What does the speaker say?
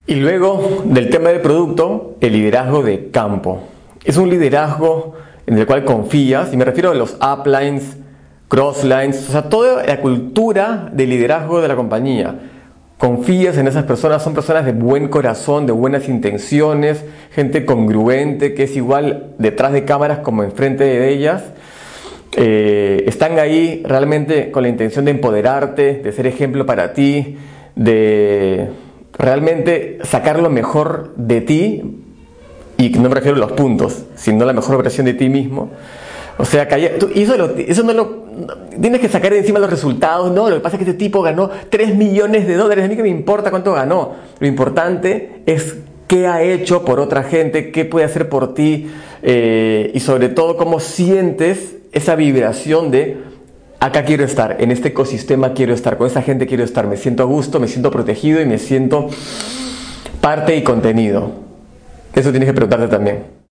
Y luego del tema de producto, el liderazgo de campo. Es un liderazgo en el cual confías, y me refiero a los uplines, crosslines, o sea, toda la cultura de liderazgo de la compañía. Confías en esas personas, son personas de buen corazón, de buenas intenciones, gente congruente, que es igual detrás de cámaras como enfrente de ellas. Están ahí realmente con la intención de empoderarte, de ser ejemplo para ti, de realmente sacar lo mejor de ti, y no me refiero a los puntos, sino la mejor versión de ti mismo. O sea, eso no lo tienes que sacar de encima los resultados. No, lo que pasa es que este tipo ganó $3 millones. A mí que me importa cuánto ganó. Lo importante es qué ha hecho por otra gente, qué puede hacer por ti, y sobre todo cómo sientes esa vibración de acá quiero estar, en este ecosistema quiero estar, con esa gente quiero estar, me siento a gusto, me siento protegido y me siento parte y contenido. Eso tienes que preguntarte también.